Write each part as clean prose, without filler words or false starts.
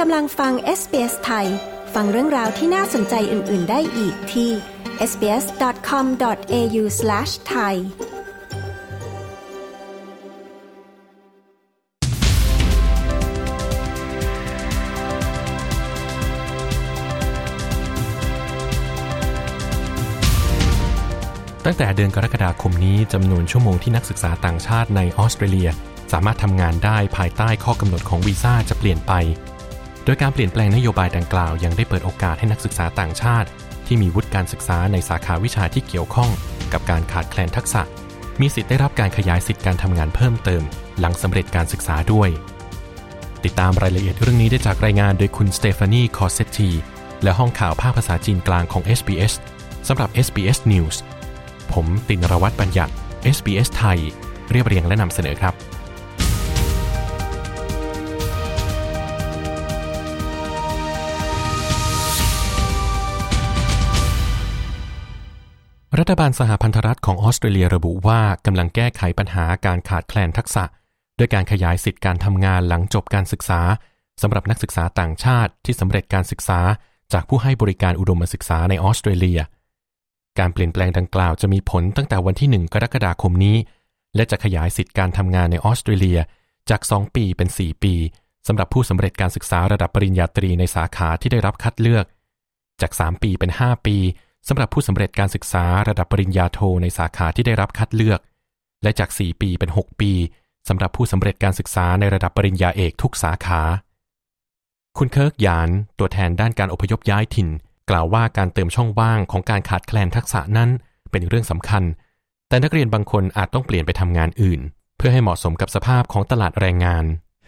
กำลังฟัง SBS ไทยฟังเรื่องราวที่น่าสนใจอื่นๆได้อีกที่ sbs.com.au/thai ตั้งแต่เดือนกรกฎาคมนี้จำนวนชั่วโมงที่นักศึกษาต่างชาติในออสเตรเลียสามารถทำงานได้ภายใต้ข้อกำหนดของวีซ่าจะเปลี่ยนไปโดยการเปลี่ยนแปลงนโยบายดังกล่าวยังได้เปิดโอกาสให้นักศึกษาต่างชาติที่มีวุฒิการศึกษาในสาขาวิชาที่เกี่ยวข้องกับการขาดแคลนทักษะมีสิทธิ์ได้รับการขยายสิทธิการทำงานเพิ่มเติมหลังสำเร็จการศึกษาด้วยติดตามรายละเอียดเรื่องนี้ได้จากรายงานโดยคุณสเตฟานีคอเซตตีและห้องข่าวภาคภาษาจีนกลางของ SBS สำหรับ SBS Newsผมตินรวัตรบัญญัติ SBS ไทยเรียบเรียงและนำเสนอครับรัฐบาลสหพันธรัฐของออสเตรเลียระบุว่ากำลังแก้ไขปัญหาการขาดแคลนทักษะด้วยการขยายสิทธิการทำงานหลังจบการศึกษาสำหรับนักศึกษาต่างชาติที่สำเร็จการศึกษาจากผู้ให้บริการอุดมศึกษาในออสเตรเลียการเปลี่ยนแปลงดังกล่าวจะมีผลตั้งแต่วันที่1กรกฎาคมนี้และจะขยายสิทธิการทำงานในออสเตรเลียจาก2ปีเป็น4ปีสำหรับผู้สำเร็จการศึกษาระดับปริญญาตรีในสาขาที่ได้รับคัดเลือกจาก3ปีเป็น5ปีสำหรับผู้สำเร็จการศึกษาระดับปริญญาโทในสาขาที่ได้รับคัดเลือกและจาก4ปีเป็น6ปีสำหรับผู้สำเร็จการศึกษาในระดับปริญญาเอกทุกสาขาคุณเคิร์กหยานตัวแทนด้านการอพยพย้ายถิ่นกล่าวว่าการเติมช่องว่างของการขาดแคลนทักษะนั้นเป็นเรื่องสำคัญแต่นักเรียนบางคนอาจต้องเปลี่ยนไปทำงานอื่นเพื่อให้เหมาะสมกับสภาพของตลาดแรงงาน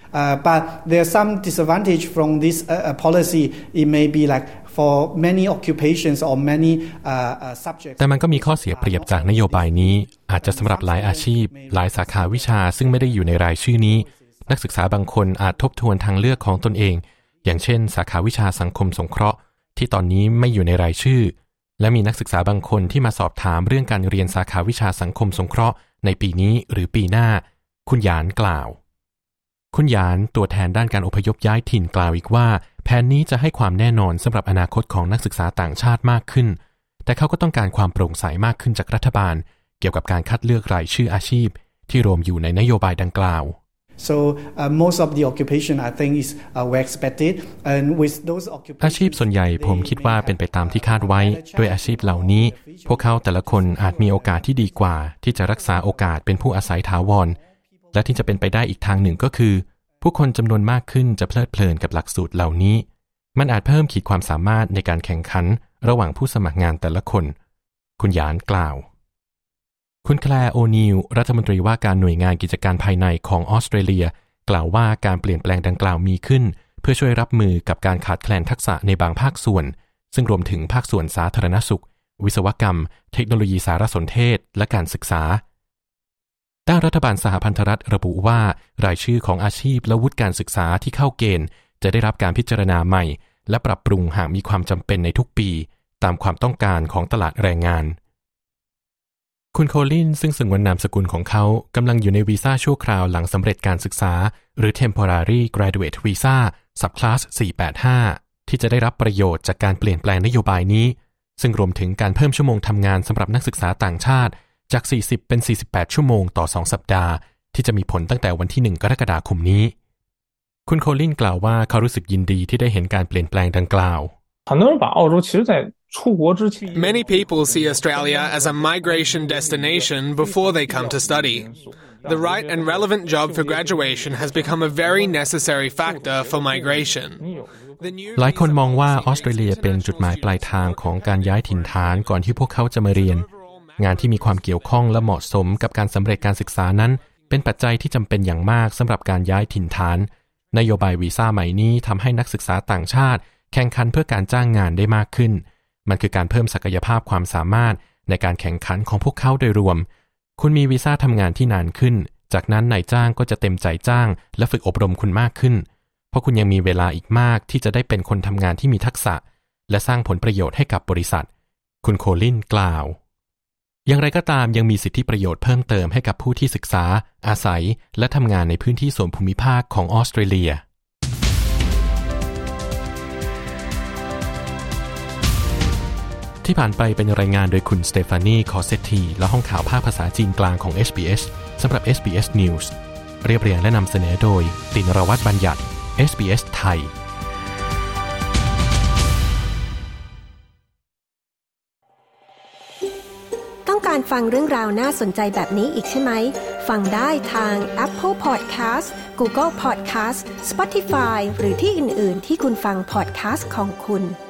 But there's some disadvantage from this policy. It may be like for many occupations or many subjects. แต่มันก็มีข้อเสียเปรียบจากนโยบายนี้อาจจะสำหรับหลายอาชีพหลายสาขาวิชาซึ่งไม่ได้อยู่ในรายชื่อนี้นักศึกษาบางคนอาจทบทวนทางเลือกของตนเองอย่างเช่นสาขาวิชาสังคมสงเคราะห์ที่ตอนนี้ไม่อยู่ในรายชื่อและมีนักศึกษาบางคนที่มาสอบถามเรื่องการเรียนสาขาวิชาสังคมสงเคราะห์ในปีนี้หรือปีหน้าคุณหยานกล่าวคุณหยานตัวแทนด้านการอพยพย้ายถิ่นกล่าวอีกว่าแผนนี้จะให้ความแน่นอนสำหรับอนาคตของนักศึกษาต่างชาติมากขึ้นแต่เขาก็ต้องการความโปร่งใสมากขึ้นจากรัฐบาลเกี่ยวกับการคัดเลือกรายชื่ออาชีพที่รวมอยู่ในนโยบายดังกล่าว So most of the occupation I think is well expected and with those occupations อาชีพส่วนใหญ่ผมคิดว่าเป็นไปตามที่คาดไว้ด้วยอาชีพเหล่านี้พวกเขาแต่ละคนอาจมีโอกาสที่ดีกว่าที่จะรักษาโอกาสเป็นผู้อาศัยถาวรและที่จะเป็นไปได้อีกทางหนึ่งก็คือผู้คนจำนวนมากขึ้นจะเพลิดเพลินกับหลักสูตรเหล่านี้มันอาจเพิ่มขีดความสามารถในการแข่งขันระหว่างผู้สมัครงานแต่ละคนคุณหยานกล่าวคุณแคลร์โอนิลรัฐมนตรีว่าการหน่วยงานกิจการภายในของออสเตรเลียกล่าวว่าการเปลี่ยนแปลงดังกล่าวมีขึ้นเพื่อช่วยรับมือกับการขาดแคลนทักษะในบางภาคส่วนซึ่งรวมถึงภาคส่วนสาธารณสุขวิศวกรรมเทคโนโลยีสารสนเทศและการศึกษาด้านรัฐบาลสหพันธรัฐระบุว่ารายชื่อของอาชีพและวุฒิการศึกษาที่เข้าเกณฑ์จะได้รับการพิจารณาใหม่และปรับปรุงหากมีความจำเป็นในทุกปีตามความต้องการของตลาดแรงงานคุณโคลินซึ่งสงวนนามสกุลของเขากำลังอยู่ในวีซ่าชั่วคราวหลังสำเร็จการศึกษาหรือ Temporary Graduate Visa Subclass 485ที่จะได้รับประโยชน์จากการเปลี่ยนแปลงนโยบายนี้ซึ่งรวมถึงการเพิ่มชั่วโมงทำงานสำหรับนักศึกษาต่างชาติจาก40เป็น48ชั่วโมงต่อ2สัปดาห์ที่จะมีผลตั้งแต่วันที่1กรกฎาคมนี้คุณโคลินกล่าวว่าเขารู้สึกยินดีที่ได้เห็นการเปลี่ยนแปลงดังกล่าว Many people see Australia as a migration destination before they come to study. The right and relevant job for graduation has become a very necessary factor for migration. หลายคนมองว่าออสเตรเลียเป็นจุดหมายปลายทางของการย้ายถิ่นฐานก่อนที่พวกเขาจะมาเรียนงานที่มีความเกี่ยวข้องและเหมาะสมกับการสำเร็จการศึกษานั้นเป็นปัจจัยที่จำเป็นอย่างมากสำหรับการย้ายถิ่นฐานนโยบายวีซ่าใหม่นี้ทำให้นักศึกษาต่างชาติแข่งขันเพื่อการจ้างงานได้มากขึ้นมันคือการเพิ่มศักยภาพความสามารถในการแข่งขันของพวกเขาโดยรวมคุณมีวีซ่าทำงานที่นานขึ้นจากนั้นนายจ้างก็จะเต็มใจจ้างและฝึกอบรมคุณมากขึ้นเพราะคุณยังมีเวลาอีกมากที่จะได้เป็นคนทำงานที่มีทักษะและสร้างผลประโยชน์ให้กับบริษัทคุณโคลินกล่าวอย่างไรก็ตามยังมีสิทธิประโยชน์เพิ่มเติมให้กับผู้ที่ศึกษาอาศัยและทำงานในพื้นที่ส่วนภูมิภาคของออสเตรเลียที่ผ่านไปเป็นรายงานโดยคุณสเตฟานีคอเซตตีและห้องข่าวภาคภาษาจีนกลางของ SBS สำหรับ SBS News เรียบเรียงและนำเสนอโดยตินรวัฒน์บัญญัติ SBS ไทยต้องการฟังเรื่องราวน่าสนใจแบบนี้อีกใช่ไหมฟังได้ทาง Apple Podcast Google Podcast Spotify หรือที่อื่นๆที่คุณฟัง podcast ของคุณ